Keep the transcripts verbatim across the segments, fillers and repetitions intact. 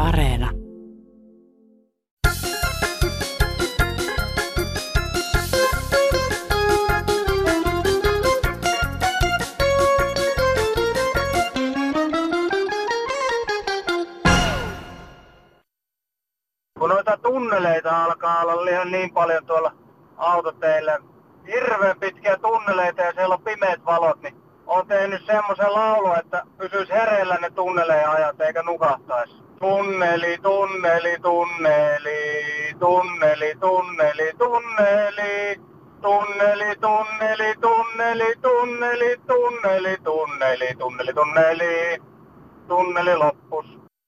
Areena. Kun noita tunneleita alkaa olla liian niin paljon tuolla autoteillä, hirveän pitkiä tunneleita ja siellä on pimeät valot, niin on tehnyt semmoisen laulun, että pysyisi hereillä ne tunneleen ajat eikä nukahtaisi. Tunneli, tunneli, tunneli, tunneli, tunneli, tunneli, tunneli, tunneli, tunneli, tunneli, tunneli, tunneli, tunneli, tunneli, tunneli loppus.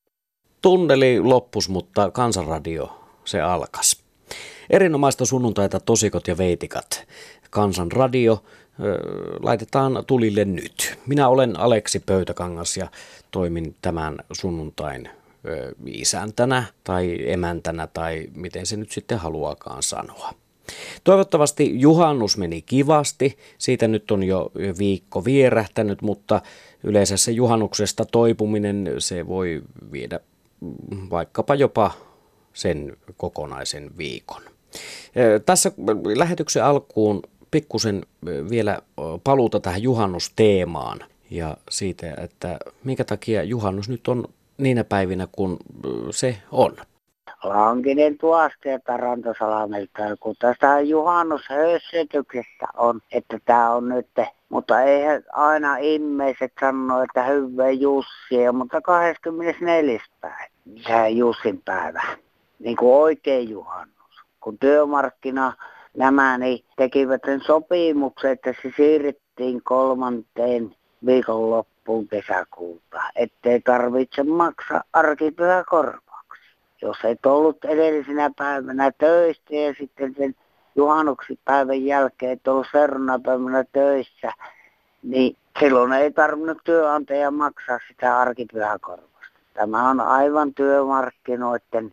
Tunneli loppus, mutta Kansanradio se alkas. Erinomaista sunnuntaita tosikot ja veitikat. Kansanradio ö, laitetaan tulille nyt. Minä olen Aleksi Pöytäkangas ja toimin tämän sunnuntain ö, isäntänä tai emäntänä tai miten se nyt sitten haluaakaan sanoa. Toivottavasti juhannus meni kivasti. Siitä nyt on jo viikko vierähtänyt, mutta yleensä se juhannuksesta toipuminen se voi viedä vaikkapa jopa sen kokonaisen viikon. Tässä lähetyksen alkuun pikkusen vielä paluuta tähän juhannusteemaan ja siitä, että minkä takia juhannus nyt on niinä päivinä, kun se on. Lankinen tuosteelta Rantasalamilta, kun tästä juhannushössytyksestä on, että tämä on nyt, mutta eihän aina ihmiset sano, että hyvää Jussia, mutta kahdeskymmenesneljäs päivä, tämä Jussin päivä, niin kuin oikein juhannus. Kun työmarkkina nämä niin tekivät sen sopimuksen, että se siirrettiin kolmanteen viikonloppuun kesäkuuta, ettei tarvitse maksaa arkipyhäkorvauksia. Jos et ollut edellisenä päivänä töistä ja sitten sen juhannuksen päivän jälkeen et ollut seuraavana päivänä töissä, niin silloin ei tarvinnut työnantaja maksaa sitä arkipyhäkorvausta. Tämä on aivan työmarkkinoiden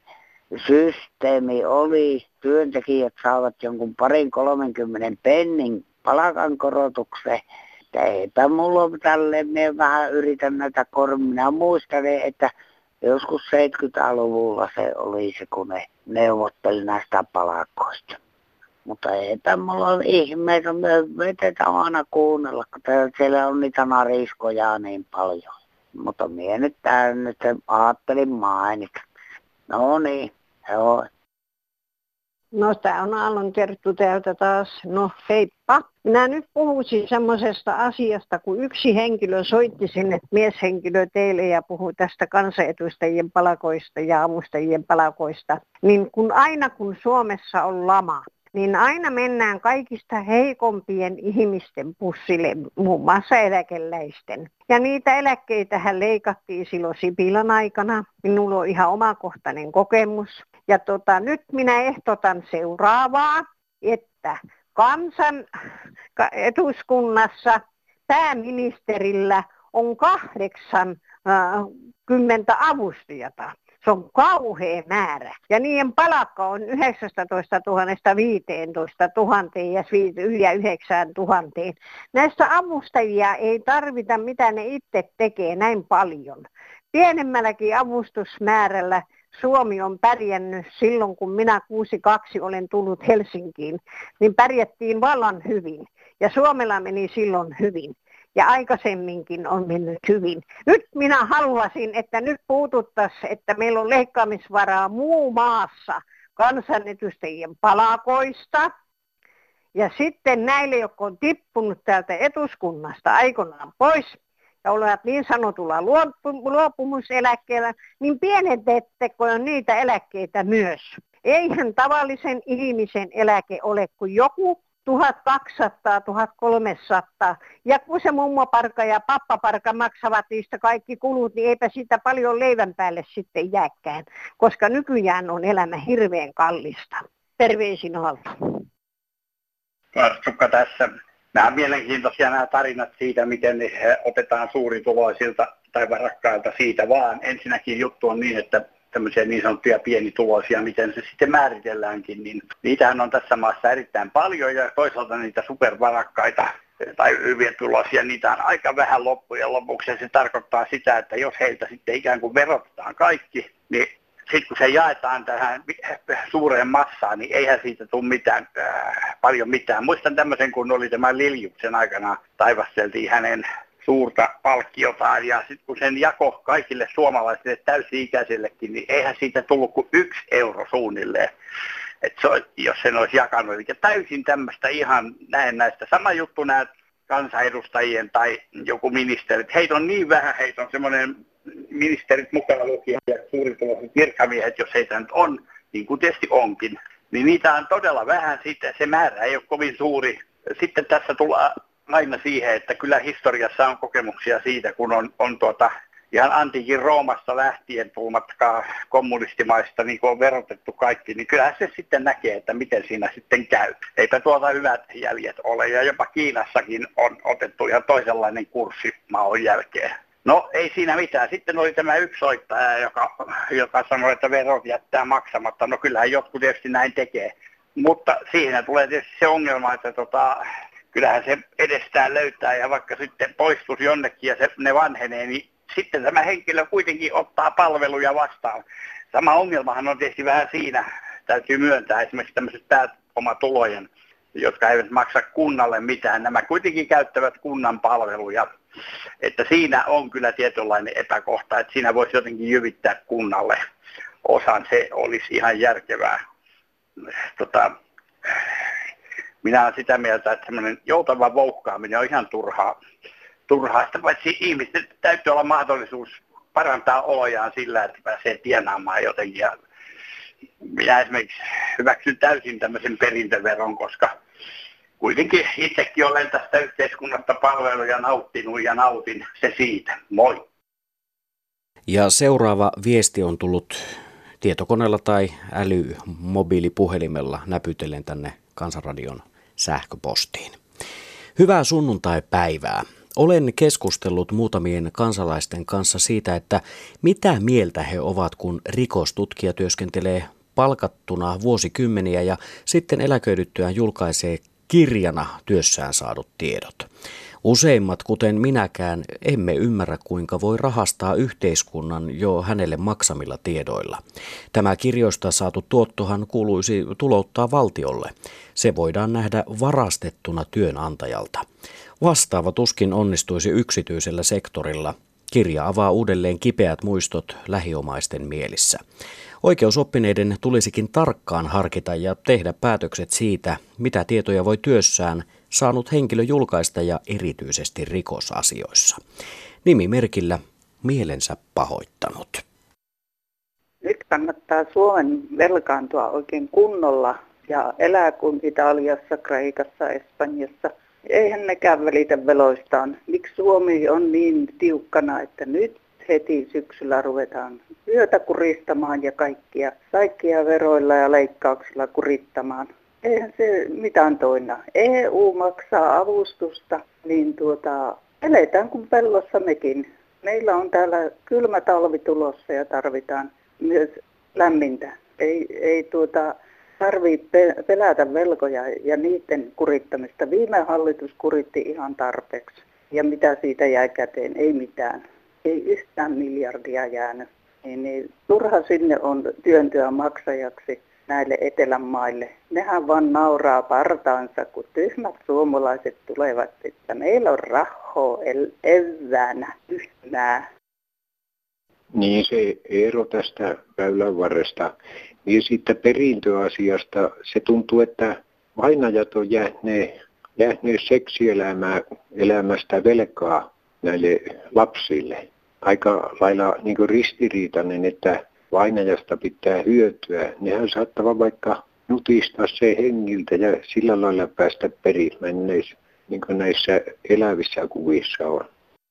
systeemi oli. Työntekijät saavat jonkun parin kolmenkymmenen pennin palkankorotuksen. Eipä mulla ole tälleen, minä vähän yritän näitä korvia. Minä muistan, että joskus seitsemänkymmentäluvulla se oli se, kun ne neuvotteli näistä palkoista. Mutta eipä mulla ole ihmeitä, me vetetään aina kuunnella, kun siellä on niitä nariskoja niin paljon. Mutta minä nyt tämän nyt ajattelin mainita. No niin, joo. No tää on Aallon Terttu täältä taas. No heippa. Minä nyt puhuisin semmoisesta asiasta, kun yksi henkilö soitti sinne, mieshenkilö teille ja puhui tästä kansanedustajien palkoista ja avustajien palkoista. Niin kun aina kun Suomessa on lama, niin aina mennään kaikista heikompien ihmisten pussille, muun muassa eläkeläisten. Ja niitä eläkkeitähän leikattiin silloin Sipilän aikana. Minulla on ihan omakohtainen kokemus. Ja tota, nyt minä ehdotan seuraavaa, että kansan etuskunnassa pääministerillä on kahdeksan äh, kymmentä avustajata. Se on kauhea määrä. Ja niiden palkka on yhdeksäntoistatuhatta viisitoista tuhatta ja yli yhdeksän tuhatta. Näistä avustajia ei tarvita, mitä ne itse tekee näin paljon. Pienemmälläkin avustusmäärällä Suomi on pärjännyt silloin, kun minä kuusikymmentäkaksi olen tullut Helsinkiin, niin pärjättiin vallan hyvin. Ja Suomella meni silloin hyvin. Ja aikaisemminkin on mennyt hyvin. Nyt minä haluaisin, että nyt puututtaisiin, että meillä on leikkaamisvaraa muu maassa kansanedustajien palkoista. Ja sitten näille, jotka on tippunut täältä etuskunnasta aikoinaan pois ja olevat niin sanotulla luopumuseläkkeellä, niin pienentettekö niitä eläkkeitä myös. Eihän tavallisen ihmisen eläke ole kuin joku tuhatkaksisataa tuhatkolmesataa. Ja kun se mummoparka ja pappaparka maksavat niistä kaikki kulut, niin eipä siitä paljon leivän päälle sitten jääkään, koska nykyään on elämä hirveän kallista. Terveisin Aalto. Kartsukka tässä. Nämä on mielenkiintoisia nämä tarinat siitä, miten otetaan suurituloisilta tai varakkailta siitä vaan. Ensinnäkin juttu on niin, että tämmöisiä niin sanottuja pienituloisia, miten se sitten määritelläänkin, niin niitähän on tässä maassa erittäin paljon ja toisaalta niitä supervarakkaita tai hyviä tulosia, niitä on aika vähän loppujen lopuksi. Se tarkoittaa sitä, että jos heiltä sitten ikään kuin verotetaan kaikki, niin sitten kun se jaetaan tähän suureen massaan, niin eihän siitä tule mitään, äh, paljon mitään. Muistan tämmöisen, kun oli tämä Liljuksen aikana, taivasteltiin hänen suurta palkkiotaan, ja sitten kun sen jako kaikille suomalaisille täysi-ikäisillekin, niin eihän siitä tullut kuin yksi euro suunnilleen. Että jos sen olisi jakanut, eli täysin tämmöistä ihan näen näistä. Sama juttu näet kansanedustajien tai joku ministerit. Heitä on niin vähän, heitä on semmoinen ministerit mukana lukien ja suurituloiset virkamiehet, jos heitä nyt on, niin kuin tietysti onkin. Niin niitä on todella vähän, sitten se määrä ei ole kovin suuri. Sitten tässä tullaan aina siihen, että kyllä historiassa on kokemuksia siitä, kun on, on tuota, ihan antiikin Roomasta lähtien puhumattakaan kommunistimaista, niin kun on verotettu kaikki, niin kyllähän se sitten näkee, että miten siinä sitten käy. Eipä tuota hyvät jäljet ole, ja jopa Kiinassakin on otettu ihan toisenlainen kurssi maon jälkeen. No ei siinä mitään. Sitten oli tämä yksi soittaja, joka, joka sanoi, että verot jättää maksamatta. No kyllähän jotkut tietysti näin tekee. Mutta siinä tulee tietysti se ongelma, että tota, kyllähän se edestään löytää ja vaikka sitten poistuisi jonnekin ja se, ne vanhenee, niin sitten tämä henkilö kuitenkin ottaa palveluja vastaan. Sama ongelmahan on tietysti vähän siinä, täytyy myöntää esimerkiksi tämmöiset pääomatulojen, jotka eivät maksa kunnalle mitään. Nämä kuitenkin käyttävät kunnan palveluja. Että siinä on kyllä tietynlainen epäkohta, että siinä voisi jotenkin jyvittää kunnalle osan, se olisi ihan järkevää. Tota, minä olen sitä mieltä, että semmoinen joutava vouhkaaminen on ihan turhaa. turhaa. Sitä paitsi ihmisten täytyy olla mahdollisuus parantaa olojaan sillä, että pääsee tienaamaan jotenkin. Ja minä esimerkiksi hyväksyn täysin tämmöisen perintöveron, koska kuitenkin itsekin olen tästä yhteiskunnasta palveluja nauttinut ja nautin se siitä. Moi! Ja seuraava viesti on tullut tietokoneella tai älymobiilipuhelimella näpytellen tänne Kansanradion sähköpostiin. Hyvää sunnuntai-päivää. Olen keskustellut muutamien kansalaisten kanssa siitä, että mitä mieltä he ovat, kun rikostutkija työskentelee palkattuna vuosikymmeniä ja sitten eläköidyttyään julkaisee kirjana työssään saadut tiedot. Useimmat, kuten minäkään, emme ymmärrä, kuinka voi rahastaa yhteiskunnan jo hänelle maksamilla tiedoilla. Tämä kirjoista saatu tuottohan kuuluisi tulouttaa valtiolle. Se voidaan nähdä varastettuna työnantajalta. Vastaava tuskin onnistuisi yksityisellä sektorilla. Kirja avaa uudelleen kipeät muistot lähiomaisten mielissä. Oikeusoppineiden tulisikin tarkkaan harkita ja tehdä päätökset siitä, mitä tietoja voi työssään saanut henkilö julkaista ja erityisesti rikosasioissa. Nimimerkillä mielensä pahoittanut. Nyt kannattaa Suomen velkaantua oikein kunnolla ja elää kuin Italiassa, Kreikassa, Espanjassa. Eihän nekään välitä veloistaan. Miksi Suomi on niin tiukkana, että nyt heti syksyllä ruvetaan työtä kuristamaan ja kaikkia, kaikkia veroilla ja leikkauksilla kurittamaan. Eihän se mitään toina. E U maksaa avustusta, niin tuota, eletään kuin pellossa mekin. Meillä on täällä kylmä talvi tulossa ja tarvitaan myös lämmintä. Ei, ei tuota, tarvitse pelätä velkoja ja niiden kurittamista. Viime hallitus kuritti ihan tarpeeksi. Ja mitä siitä jäi käteen? Ei mitään. Ei yhtään miljardia jäänyt. Niin, niin, turha sinne on työntyä maksajaksi näille etelän maille. Nehän vaan nauraa partaansa, kun tyhmät suomalaiset tulevat, että meillä on rahaa eväänä tyhmää. Niin se ero tästä väylän varresta. Niin siitä perintöasiasta se tuntuu, että vainajat on jääneet, jääneet seksielämästä velkaa näille lapsille. Aika lailla niin kuin ristiriitainen, että vainajasta pitää hyötyä. Nehän saattavat vaikka nutistaa se hengiltä ja sillä lailla päästä perimään näissä, niin kuin näissä elävissä kuvissa on.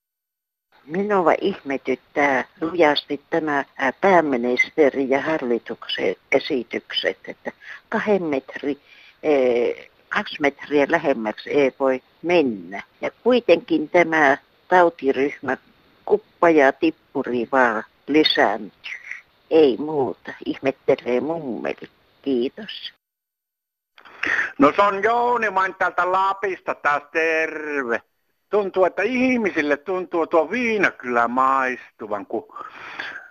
Minua ihmetyttää lujasti tämä pääministeri ja hallituksen esitykset, että kahden metri, kaksi metriä lähemmäksi ei voi mennä. Ja kuitenkin tämä tautiryhmä kuppa ja tippuri vaan lisääntyy. Ei muuta. Ihmettelee mummeli. Kiitos. No se on Jouni täältä Lapista taas terve. Tuntuu, että ihmisille tuntuu tuo viina kyllä maistuvan, kun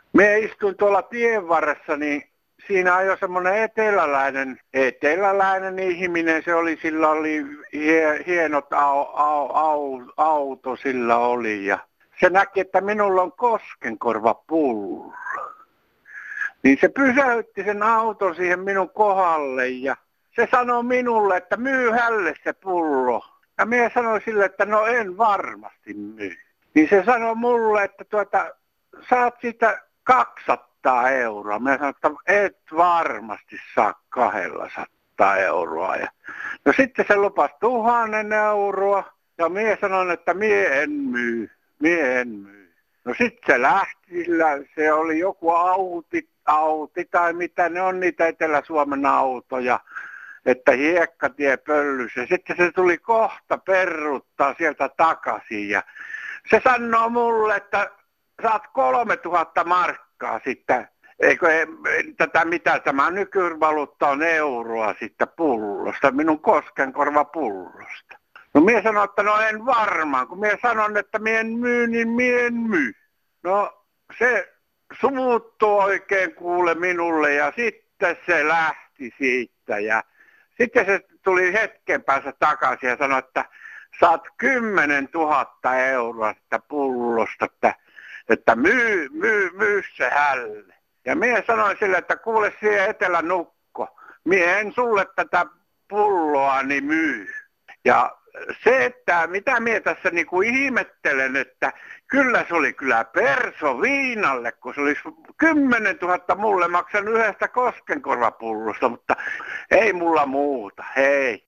Me istuin tuolla tien varressa, niin siinä ajoi semmoinen eteläläinen, eteläläinen ihminen, se oli, sillä oli hie, hienot au, au, au, auto sillä oli ja se näki, että minulla on koskenkorvapullo. Niin se pysäytti sen auton siihen minun kohdalle ja se sanoi minulle, että myy hälle se pullo. Ja minä sanoin sille, että no en varmasti myy. Niin se sanoi mulle, että tuota, saat siitä kaksisataa euroa. Minä sanoin, että et varmasti saa kaksisataa euroa. Ja no sitten se lupasi tuhannen euroa ja minä sanoin, että minä en myy, minä en myy. No sitten se lähti, sillä se oli joku auti, auti tai mitä ne on niitä Etelä-Suomen autoja, että hiekkatie pöllys. Ja sitten se tuli kohta perruttaa sieltä takaisin ja se sanoo mulle, että saat kolmetuhatta markkaa sitten, eikö ei, tätä mitä tämä nykyvaluutta on euroa sitten pullosta, minun koskenkorvapullosta. No minä sanoin, että no en varmaan, kun minä sanon, että minä en myy, niin minä en myy. No se suuttuu oikein kuule minulle ja sitten se lähti siitä ja sitten se tuli hetken päässä takaisin ja sanoi, että saat kymmenen tuhatta euroa sitä pullosta, että, että myy, myy, myy se hälle. Ja minä sanoin sille, että kuule siihen Etelänukko, minä en sulle tätä pulloani myy. Ja se, että mitä minä tässä niinku ihmettelen, että kyllä se oli kyllä perso viinalle, kun se olisi kymmenen tuhatta mulle maksanut yhdestä koskenkorvapullosta, mutta ei mulla muuta, hei.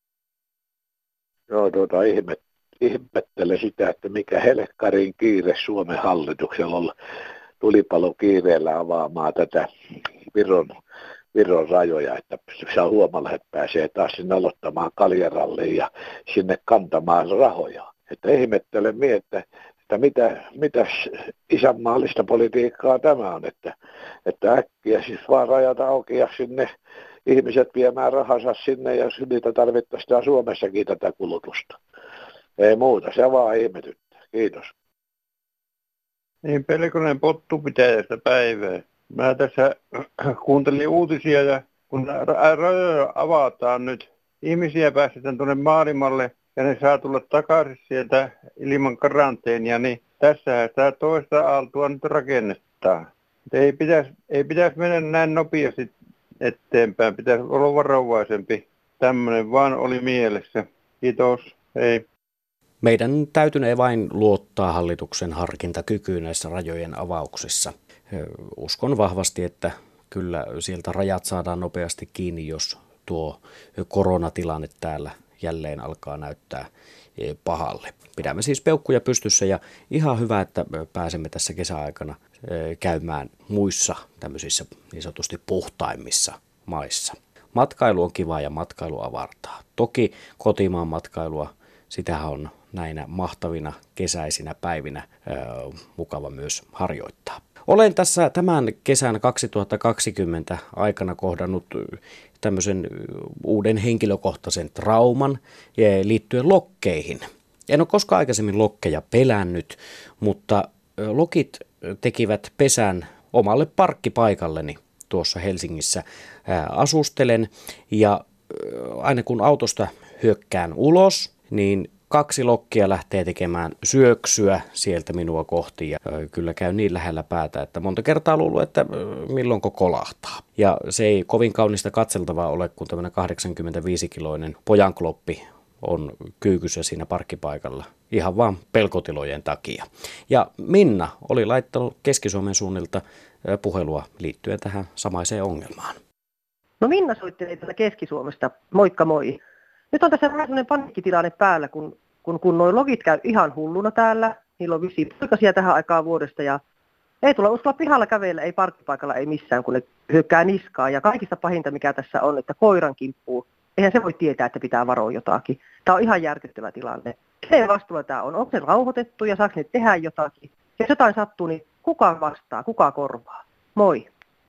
Joo, tuota ihme, ihmettelen sitä, että mikä helkkarin kiire Suomen hallituksella on tulipalokiireellä avaamaan tätä Viron, Viron rajoja, että Suomalaiset pääsee taas sinne aloittamaan kaljaralliin ja sinne kantamaan rahoja. Että ihmettelen mie, että, että mitä, mitä isänmaallista politiikkaa tämä on, että, että äkkiä siis vaan rajata auki ja sinne ihmiset viemään rahansa sinne, jos niitä tarvittaisiin Suomessakin tätä kulutusta. Ei muuta, se vaan ihmetyttää. Kiitos. Niin, Pelkonen Pottupitäjästä päivää. Mä tässä kuuntelin uutisia ja kun rajoja avataan nyt, ihmisiä päästetään tuonne maailmalle ja ne saa tulla takaisin sieltä ilman karanteenia, niin tässähän sitä toista aaltoa nyt rakennetaan. Ei pitäisi, ei pitäisi mennä näin nopeasti eteenpäin, pitäisi olla varovaisempi. Tämmöinen vaan oli mielessä. Kiitos, hei. Meidän täytynee vain luottaa hallituksen harkintakykyyn näissä rajojen avauksissa. Uskon vahvasti, että kyllä sieltä rajat saadaan nopeasti kiinni, jos tuo koronatilanne täällä jälleen alkaa näyttää pahalle. Pidämme siis peukkuja pystyssä ja ihan hyvä, että pääsemme tässä kesäaikana käymään muissa tämmöisissä niin sanotusti puhtaimmissa maissa. Matkailu on kiva ja matkailu avartaa. Toki kotimaan matkailua, sitähän on näinä mahtavina kesäisinä päivinä ää, mukava myös harjoittaa. Olen tässä tämän kesän kaksituhattakaksikymmentä aikana kohdannut tämmöisen uuden henkilökohtaisen trauman liittyen lokkeihin. En ole koskaan aikaisemmin lokkeja pelännyt, mutta lokit tekivät pesän omalle parkkipaikalleni tuossa Helsingissä. Asustelen ja aina kun autosta hyökkään ulos, niin kaksi lokkia lähtee tekemään syöksyä sieltä minua kohti ja kyllä käy niin lähellä päätä, että monta kertaa luulen, että milloinko kolahtaa. Ja se ei kovin kaunista katseltavaa ole, kun tämmöinen kahdeksankymmentäviisi-kiloinen pojankloppi on kyykyssä siinä parkkipaikalla ihan vaan pelkotilojen takia. Ja Minna oli laittanut Keski-Suomen suunnilta puhelua liittyen tähän samaiseen ongelmaan. No Minna soittelee täältä Keski-Suomesta. Moikka moi. Nyt on tässä vähän sellainen paniikkitilanne päällä, kun, kun, kun nuo logit käy ihan hulluna täällä. Niillä on vissiin poikasia tähän aikaan vuodesta ja ei tule uskalla pihalla kävellä, ei parkkipaikalla, ei missään, kun ne hyökkää niskaa. Ja kaikista pahinta, mikä tässä on, että koiran kimppuu. Eihän se voi tietää, että pitää varoa jotakin. Tämä on ihan järkyttävä tilanne. Kenen vastuulla tämä on? Onko se rauhoitettu ja saako ne tehdä jotakin? Jos jotain sattuu, niin kuka vastaa, kuka korvaa? Moi.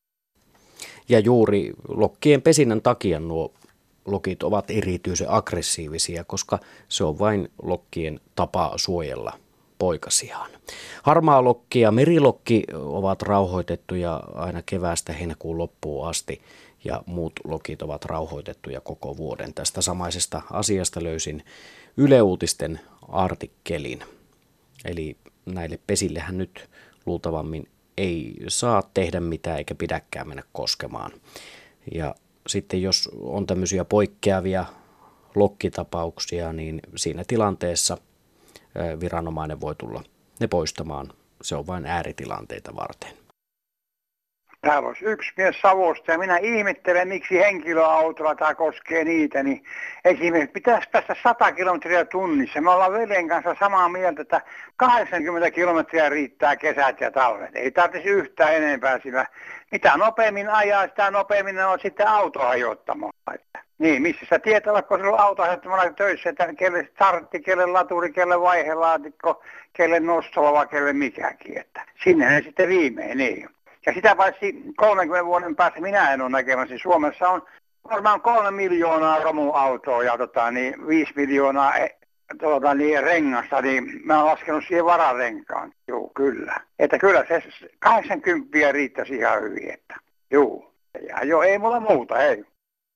Ja juuri lokkien pesinnän takia nuo lokit ovat erityisen aggressiivisia, koska se on vain lokkien tapa suojella poikasiaan. Harmaalokki ja merilokki ovat rauhoitettuja aina keväästä heinäkuun loppuun asti ja muut lokit ovat rauhoitettuja koko vuoden. Tästä samaisesta asiasta löysin Yle Uutisten artikkelin. Eli näille pesillehän nyt luultavammin ei saa tehdä mitään eikä pidäkään mennä koskemaan. Ja sitten jos on tämmöisiä poikkeavia lokkitapauksia, niin siinä tilanteessa viranomainen voi tulla ne poistamaan. Se on vain ääritilanteita varten. Täällä olisi yksi mies Savosta ja minä ihmettelen, miksi henkilöautolla tämä koskee niitä. Niin esimerkiksi pitäisi päästä sata kilometriä tunnissa. Me ollaan veljen kanssa samaa mieltä, että kahdeksankymmentä kilometriä riittää kesät ja talvet. Ei tarvitsisi yhtään enempää, sillä mitä nopeammin ajaa, sitä nopeammin on sitten auto hajottamaan. Niin, missä sä tietää, kun sulla on auto hajottamalla töissä, että kelle startti, kelle laturi, kelle vaihelaatikko, kelle nostolava, kelle mikäkin. Että sinne ne sitten viimein, niin. Ja sitä paitsi kolmenkymmenen vuoden päästä minä en ole näkemässä. Suomessa on varmaan kolme miljoonaa romuautoa ja tota, niin, viisi miljoonaa tuota, niin, rengasta, niin mä oon laskenut siihen vararenkaan. Joo, kyllä. Että kyllä se kahdeksankymmentä riittäisi ihan hyvin. Että, joo. Ja joo, ei mulla muuta, hei.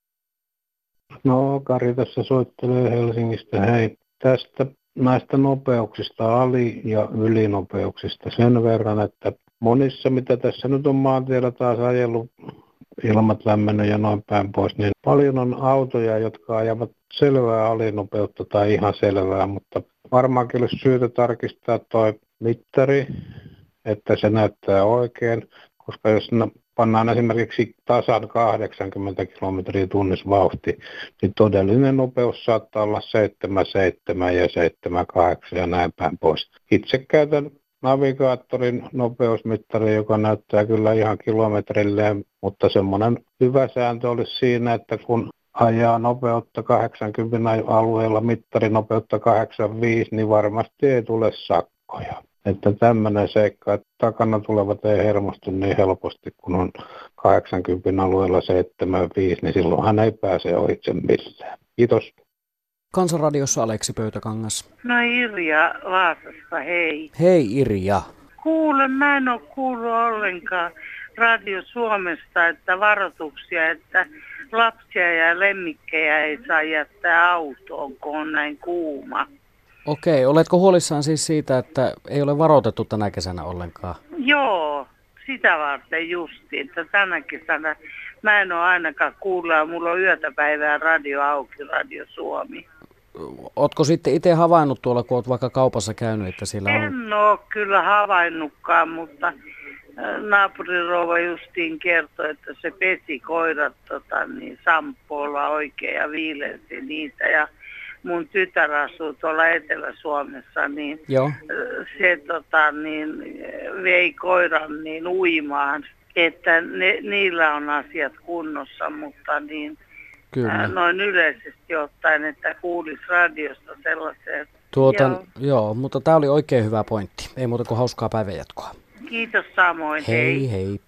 No, Kari tässä soittelee Helsingistä. Hei, tästä näistä nopeuksista, ali- ja ylinopeuksista sen verran, että monissa, mitä tässä nyt on maantiellä taas ajellut, ilmat lämmennyt ja noin päin pois, niin paljon on autoja, jotka ajavat selvää alinopeutta tai ihan selvää, mutta varmaankin olisi syytä tarkistaa tuo mittari, että se näyttää oikein, koska jos pannaan esimerkiksi tasan kahdeksankymmentä kilometriä tunnissa vauhti, niin todellinen nopeus saattaa olla seitsemän seitsemän ja seitsemän kahdeksan ja näin päin pois. Itse käytän navigaattorin nopeusmittari, joka näyttää kyllä ihan kilometrilleen, mutta semmoinen hyvä sääntö olisi siinä, että kun ajaa nopeutta kahdeksankymmentä alueella mittarinopeutta kahdeksankymmentäviisi, niin varmasti ei tule sakkoja. Että tämmöinen seikka, että takana tulevat ei hermostu niin helposti, kun on kahdeksankymmentä alueella seitsemänkymmentäviisi, niin silloin hän ei pääse ohitse millään. Kiitos. Kansanradiossa Aleksi Pöytäkangas. No Irja Vaasasta, hei. Hei Irja. Kuule, mä en ole kuullut ollenkaan Radio Suomesta, että varoituksia, että lapsia ja lemmikkejä ei saa jättää autoon, kun on näin kuuma. Okei, oletko huolissaan siis siitä, että ei ole varoitettu tänä kesänä ollenkaan? Joo, sitä varten justiin, että tänä kesänä mä en ole ainakaan kuullut, ja mulla on yötä päivää radio auki, Radio Suomi. Ootko sitten itse havainnut tuolla, kun oot vaikka kaupassa käynyt, että siellä on? En ole kyllä havainnutkaan, mutta naapurirouva justiin kertoi, että se pesi koirat tota, niin, sampoolla oikein ja viilensi niitä. Ja mun tytär asuu tuolla Etelä-Suomessa, niin Joo. se tota, niin, vei koiran niin uimaan, että ne, niillä on asiat kunnossa, mutta niin, ää, noin yleisesti ottaen, että kuulisi radiosta sellaiseen. Tuota, joo. joo, mutta tämä oli oikein hyvä pointti. Ei muuta kuin hauskaa päivänjatkoa. Kiitos samoin. Hei hei. hei.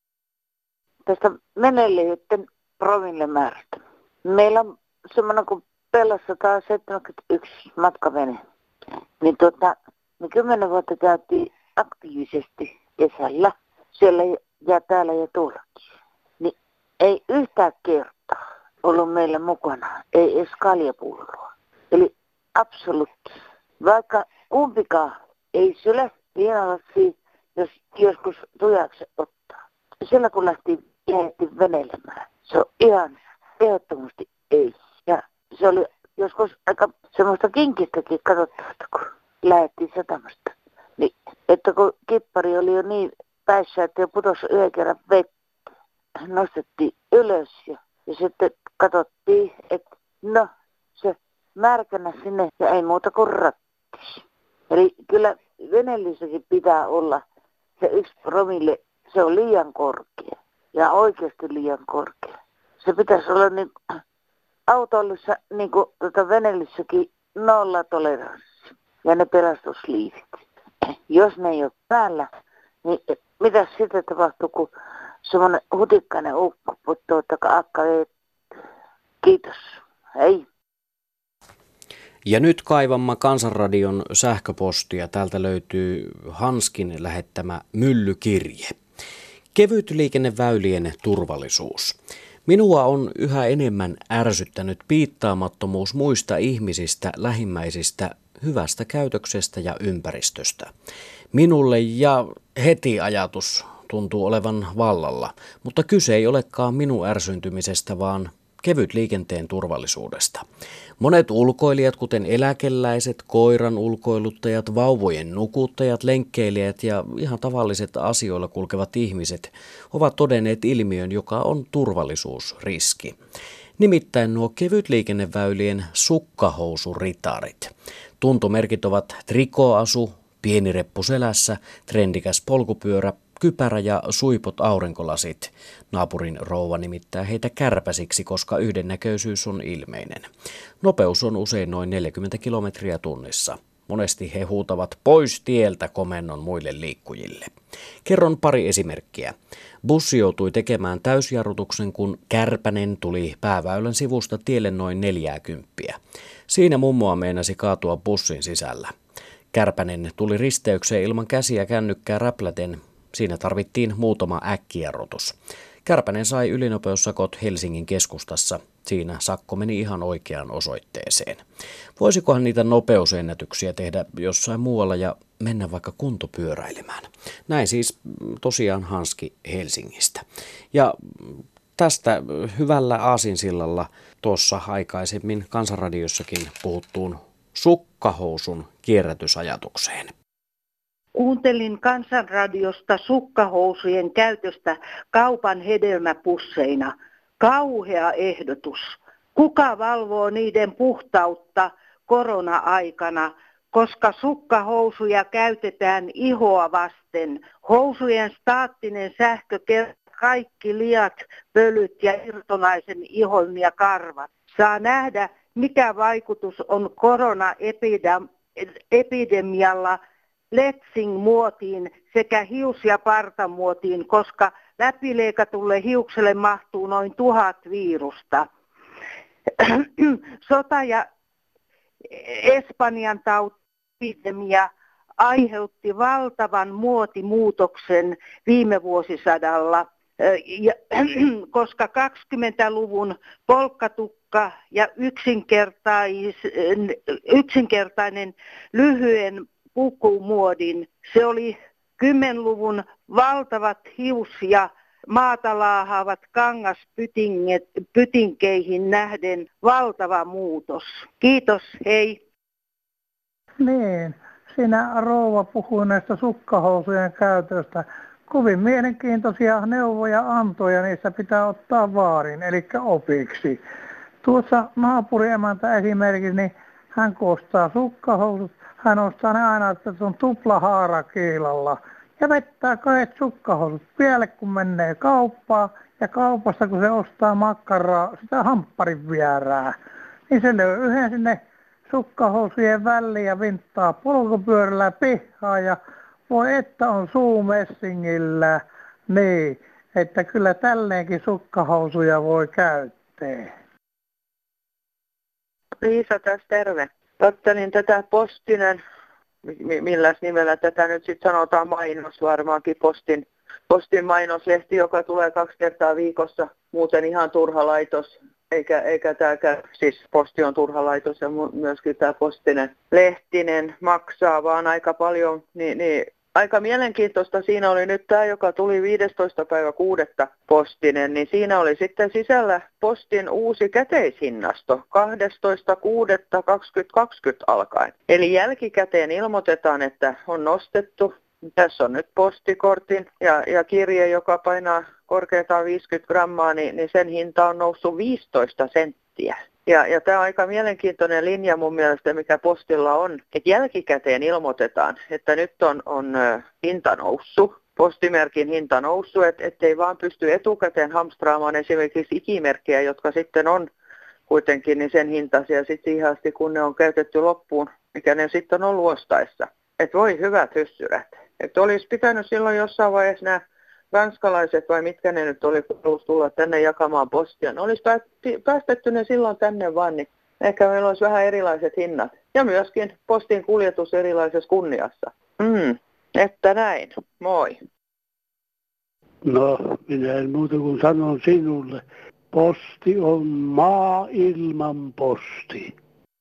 Tästä venelijöiden promillemäärästä. Meillä on semmoinen kuin Pellossa taas seitsemänkymmentäyksi matkavene. Niin tuota, me kymmenen vuotta käytiin aktiivisesti kesällä siellä ja täällä ja tuollakin. Niin ei yhtään kertaa ollut meillä mukana, ei edes kaljapulloa. Eli absoluutti. Vaikka kumpikaan ei syllä viinalasia, jos joskus tujaksi ottaa. Siellä kun lähti lähti veneilemään, se on ihan ehdottomasti ei. Ja se oli joskus aika semmoista kinkistäkin katsottavasta, kun lähdettiin satamasta. Niin, että kun kippari oli jo niin päissä, että jo putosi yhden kerran vettä, nostettiin ylös ja, ja sitten katsottiin, että no se märkänä sinne ja ei muuta kuin ratti. Eli kyllä veneellissäkin pitää olla se yksi promille, se on liian korkea ja oikeasti liian korkea. Se pitäisi olla niin autollissa, niin kuin tuota veneellissäkin nolla toleranssi ja ne pelastusliivit. Jos ne ei ole päällä, niin mitä sitten tapahtuu, kun semmoinen hutikkainen ukko puttoo taka akka. Kiitos. Hei. Ja nyt kaivamme Kansanradion sähköpostia. Täältä löytyy Hanskin lähettämä myllykirje. Kevyt liikenneväylien turvallisuus. Minua on yhä enemmän ärsyttänyt piittaamattomuus muista ihmisistä, lähimmäisistä, hyvästä käytöksestä ja ympäristöstä. Minulle ja heti ajatus tuntuu olevan vallalla, mutta kyse ei olekaan minun ärsyntymisestä, vaan kevyt liikenteen turvallisuudesta. Monet ulkoilijat, kuten eläkeläiset, koiran ulkoiluttajat, vauvojen nukuttajat, lenkkeilijät ja ihan tavalliset asioilla kulkevat ihmiset, ovat todenneet ilmiön, joka on turvallisuusriski. Nimittäin nuo kevytliikenneväylien sukkahousuritarit. Tuntomerkit ovat trikoasu, pieni reppu selässä, trendikäs polkupyörä, kypärä ja suipot aurinkolasit. Naapurin rouva nimittää heitä kärpäsiksi, koska yhdennäköisyys on ilmeinen. Nopeus on usein noin neljäkymmentä kilometriä tunnissa. Monesti he huutavat pois tieltä komennon muille liikkujille. Kerron pari esimerkkiä. Bussi joutui tekemään täysjarrutuksen, kun kärpänen tuli pääväylän sivusta tielle noin neljääkymppiä. Siinä mummoa meinasi kaatua bussin sisällä. Kärpänen tuli risteykseen ilman käsiä kännykkää räpläten. Siinä tarvittiin muutama äkkijarrutus. Kärpänen sai ylinopeussakot Helsingin keskustassa. Siinä sakko meni ihan oikeaan osoitteeseen. Voisikohan niitä nopeusennätyksiä tehdä jossain muualla ja mennä vaikka kuntopyöräilemään? Näin siis tosiaan Hanski Helsingistä. Ja tästä hyvällä aasinsillalla tuossa aikaisemmin Kansanradiossakin puhuttuun sukkahousun kierrätysajatukseen. Kuuntelin Kansanradiosta sukkahousujen käytöstä kaupan hedelmäpusseina. Kauhea ehdotus. Kuka valvoo niiden puhtautta korona-aikana, koska sukkahousuja käytetään ihoa vasten. Housujen staattinen sähkö kerää kaikki liat, pölyt ja irtonaisen ihon ja karvat. Saa nähdä, mikä vaikutus on koronaepidemialla Letsing-muotiin sekä hius- ja partamuotiin, koska läpileikatulle hiukselle mahtuu noin tuhat virusta. Sota ja Espanjan tautiepidemia aiheutti valtavan muotimuutoksen viime vuosisadalla, koska kaksikymmentäluvun polkkatukka ja yksinkertais, yksinkertainen lyhyen pukumuodin. Se oli kymmenluvun valtavat hius- ja maata laahaavat kangaspytinkeihin nähden valtava muutos. Kiitos, hei. Niin, siinä rouva puhui näistä sukkahousujen käytöstä. Kovin mielenkiintoisia neuvoja antoja, niissä pitää ottaa vaarin, eli opiksi. Tuossa naapuriemäntä esimerkiksi, niin hän kun ostaa sukkahousut, hän ostaa ne aina, että se on tupla haara kiilalla. Ja vettää kahdet sukkahousut päälle, kun menee kauppaan. Ja kaupassa, kun se ostaa makkaraa, sitä hampparin vierää. Niin se löy yhden sinne sukkahousujen väliin ja vinttaa polkupyörällä pihaa. Ja voi että on suu messingillä. Niin, että kyllä tälleenkin sukkahousuja voi käyttää. Liisa tässä terve. Kattelin tätä Postinen, milläs nimellä tätä nyt sitten sanotaan, mainos varmaankin, Postin, Postin mainoslehti, joka tulee kaksi kertaa viikossa, muuten ihan turha laitos, eikä, eikä tämäkään, siis Posti on turha laitos ja myöskin tämä Postinen lehtinen maksaa vaan aika paljon, niin, niin aika mielenkiintoista siinä oli nyt tämä, joka tuli viidestoista päivä kuudetta Postinen, niin siinä oli sitten sisällä Postin uusi käteishinnasto kahdestoista kuudetta kaksituhattakaksikymmentä alkaen. Eli jälkikäteen ilmoitetaan, että on nostettu. Tässä on nyt postikortin ja, ja kirje, joka painaa korkeintaan viisikymmentä grammaa, niin, niin sen hinta on noussut viisitoista senttiä. Ja, ja tämä on aika mielenkiintoinen linja mun mielestä, mikä Postilla on, että jälkikäteen ilmoitetaan, että nyt on, on hinta noussut, postimerkin hinta noussut, että ettei vaan pysty etukäteen hamstraamaan esimerkiksi ikimerkkejä, jotka sitten on kuitenkin niin sen hintaisia sitten siihen asti, kun ne on käytetty loppuun, mikä ne sitten on ollut ostaessa. Että voi hyvät hyssyrät. Että olisi pitänyt silloin jossain vaiheessa nämä ranskalaiset vai mitkä ne nyt oli, kun halusi tulla tänne jakamaan postia. Ne olisi päästetty ne silloin tänne vaan, niin Ehkä meillä olisi vähän erilaiset hinnat. Ja myöskin postin kuljetus erilaisessa kunniassa. Mm, että näin. Moi. No, minä en muuta kuin sanon sinulle. Posti on maailman posti.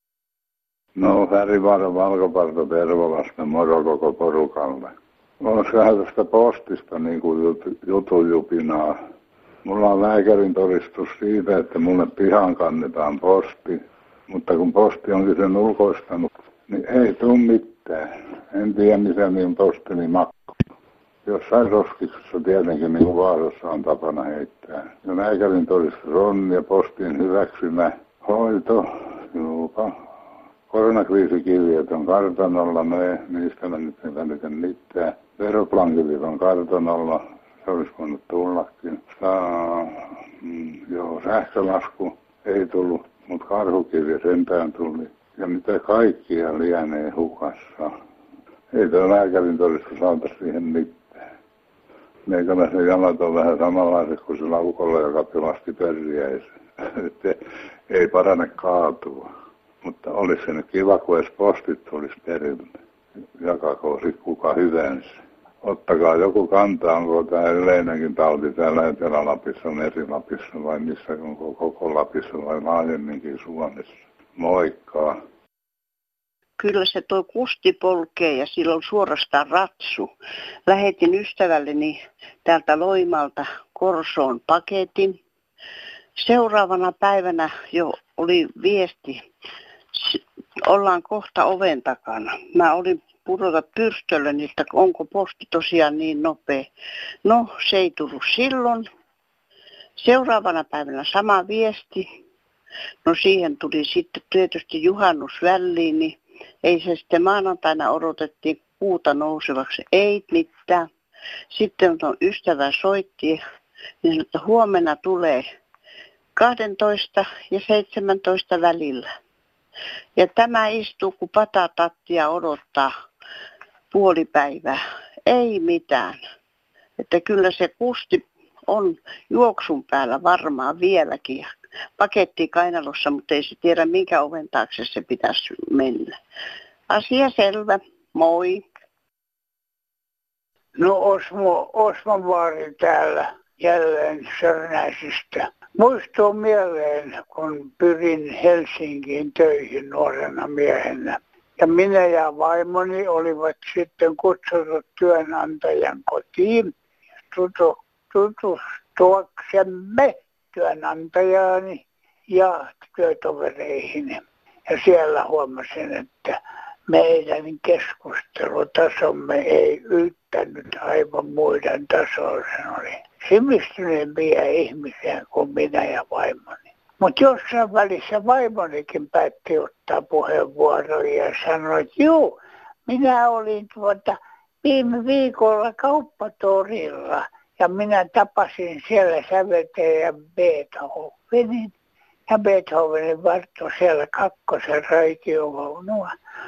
No, Värivaara, Valkoparto, Tervolasta, moro koko porukalle. Olisi vähän tästä postista niin kuin jut- jutun jupinaa. Mulla on lääkärin todistus siitä, että mulle pihaan kannetaan posti. Mutta kun posti onkin sen ulkoistanut, niin ei tule mitään. En tiedä, missä niin postini makkuu. Jossain roskiksessa tietenkin, niin kuin Vaasassa on tapana heittää. Ja lääkärin todistus on ja postin hyväksymä hoito, juupa. Koronakriisikirjat on kartanolla, no ei, niistä mä nyt en välitä mitään. Veroplankitit on kartanolla, se olisi voinut tullakin. Saa, mm, joo, sähkölasku ei tullut, mutta karhukirja sentään tuli. Ja mitä kaikkia lienee hukassa. Ei tuo lääkärin todistus auta siihen mitään. Meikäläisen jalat on vähän samanlaiset kuin sillä ukolla, joka pelasti pörjäisen. Ei parane kaatua. Mutta olisi se nyt kiva, kun edes postit tulisi perille. Jakakoon sitten kuka hyvänsä. Ottakaa joku kantaa, onko tämä yleinenkin tauti täällä Etelä-Lapissa, Meri-Lapissa vai missä, onko koko Lapissa vai laajemminkin Suomessa. Moikka! Kyllä se tuo kusti polkee ja sillä on suorastaan ratsu. Lähetin ystävälleni täältä Loimalta Korsoon paketin. Seuraavana päivänä jo oli viesti. Ollaan kohta oven takana. Mä olin pudota pyrstölleni, että onko posti tosiaan niin nopea. No, se ei tullut silloin. Seuraavana päivänä sama viesti. No siihen tuli sitten tietysti juhannus väliin, niin ei se sitten maanantaina odotettiin kuuta nousevaksi. Ei mitään. Sitten on ystävä soitti, niin että huomenna tulee kaksitoista ja seitsemäntoista välillä. Ja tämä istuu, kun patatattia odottaa puoli päivää. Ei mitään. Että kyllä se kusti on juoksun päällä varmaan vieläkin. Paketti kainalossa, mutta ei se tiedä, minkä oven taakse se pitäisi mennä. Asia selvä. Moi. No Osmo, Osmo Vaari täällä jälleen Sörnäisistä. Muistuu mieleen, kun pyrin Helsinkiin töihin nuorena miehenä. Ja minä ja vaimoni olivat sitten kutsutut työnantajan kotiin tutu, tutustuaksemme työnantajaani ja työtovereihin. Ja siellä huomasin, että meidän keskustelutasomme ei yltänyt aivan muiden tasoon. Se oli sivistyneempiä ihmisiä kuin minä ja vaimoni. Mutta jossain välissä vaimonikin päätti ottaa puheenvuoron ja sanoi, että juu, minä olin tuota viime viikolla kauppatorilla ja minä tapasin siellä säveltäjän Beethovenin. Ja Beethovenin varttoi siellä kakkosen raitiovaunua.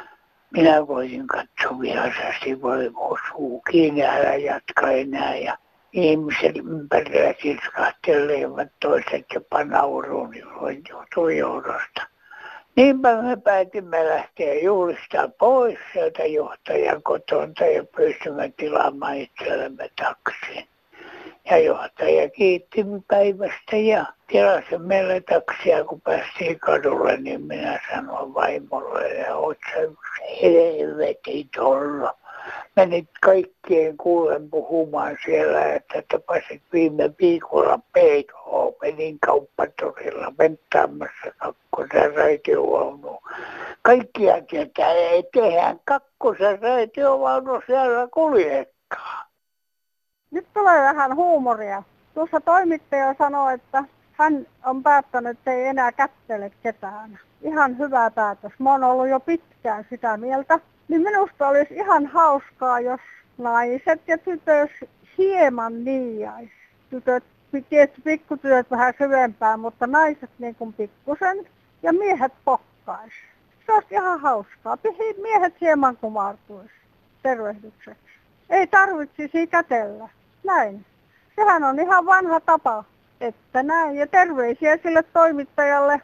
Minä voisin katsoa vihaisesti, voi suu kiinni, älä jatka enää. Ja ihmiset ympärillä kirskahtelevat toiset jopa nauruun, niin voin joutua johdosta. Niinpä me päätimme lähteä juhlista pois sieltä johtajan kotonta ja pyysimme tilaamaan itsellemme taksin. Ja johtaja kiitti päivästä ja tilasi meille taksia, kun päästiin kadulle, niin minä sanoin vaimolle, ja oot sä yksi helvetin tollo. Menit kaikkien kuulen puhumaan siellä, että tapasit viime viikolla Beethovenin kauppatorilla menttaamassa kakkosen raitiovaunu. Kaikkia tietää, ei tehdään kakkosen raitiovaunu siellä kuljekaan. Nyt tulee vähän huumoria. Tuossa toimittaja sanoi, että hän on päättänyt, että ei enää kättele ketään. Ihan hyvä päätös. Mä oon ollut jo pitkään sitä mieltä. Niin minusta olisi ihan hauskaa, jos naiset ja tytöt hieman niiais. Tytöt, tietysti pikkutytöt vähän syvempää, mutta naiset niin kuin pikkusen ja miehet pokkais. Se olisi ihan hauskaa. Miehet hieman kumartuisi tervehdykseksi. Ei tarvitsisi kätellä. Näin. Sehän on ihan vanha tapa, että näin. Ja terveisiä sille toimittajalle.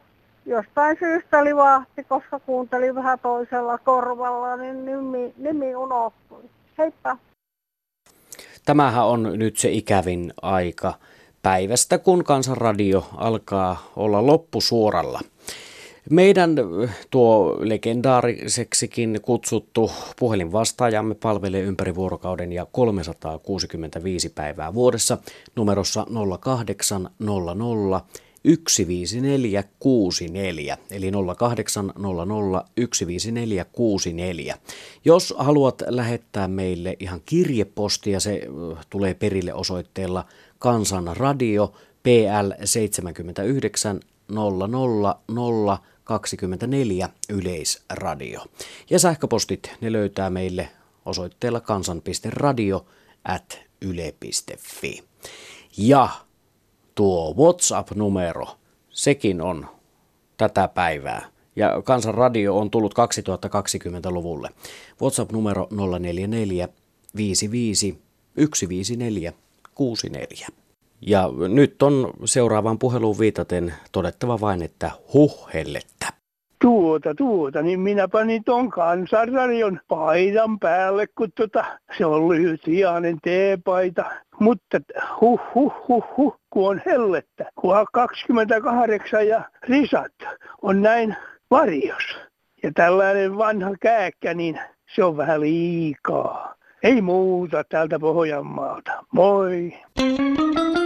jostain syystä livahti, koska kuuntelin vähän toisella korvalla, niin nimi, nimi unohtui. Heippa! Tämähän on nyt se ikävin aika päivästä, kun Kansanradio alkaa olla loppusuoralla. Meidän tuo legendaariseksikin kutsuttu puhelinvastaajamme palvelee ympäri vuorokauden ja kolmesataakuusikymmentäviisi päivää vuodessa numerossa nolla kahdeksan nolla nolla yksi viisi neljä kuusi neljä, eli nolla kahdeksan nolla nolla yksi viisi neljä kuusi neljä. Jos haluat lähettää meille ihan kirjepostia, se tulee perille osoitteella Kansanradio P L seitsemänkymmentäyhdeksän nolla nolla nolla kaksikymmentäneljä Yleisradio. Ja sähköpostit, ne löytää meille osoitteella kansan piste radio ät yle piste fi. Ja tuo WhatsApp-numero, sekin on tätä päivää. Ja Kansanradio on tullut kaksituhattakaksikymmentäluvulle. WhatsApp-numero nolla neljä neljä viisi viisi yksi viisi neljä kuusi neljä. Ja nyt on seuraavaan puheluun viitaten todettava vain, että huh hellettä. Tuota, tuota, niin minä panin ton Kansanradion paidan päälle, kun tota, se on lyhytsijainen teepaita. Mutta huh, huh, huh, huh, kun on hellettä, kun kaksikymmentäkahdeksan ja risat on näin varjos. Ja tällainen vanha kääkkä, niin se on vähän liikaa. Ei muuta täältä Pohjanmaalta. Moi!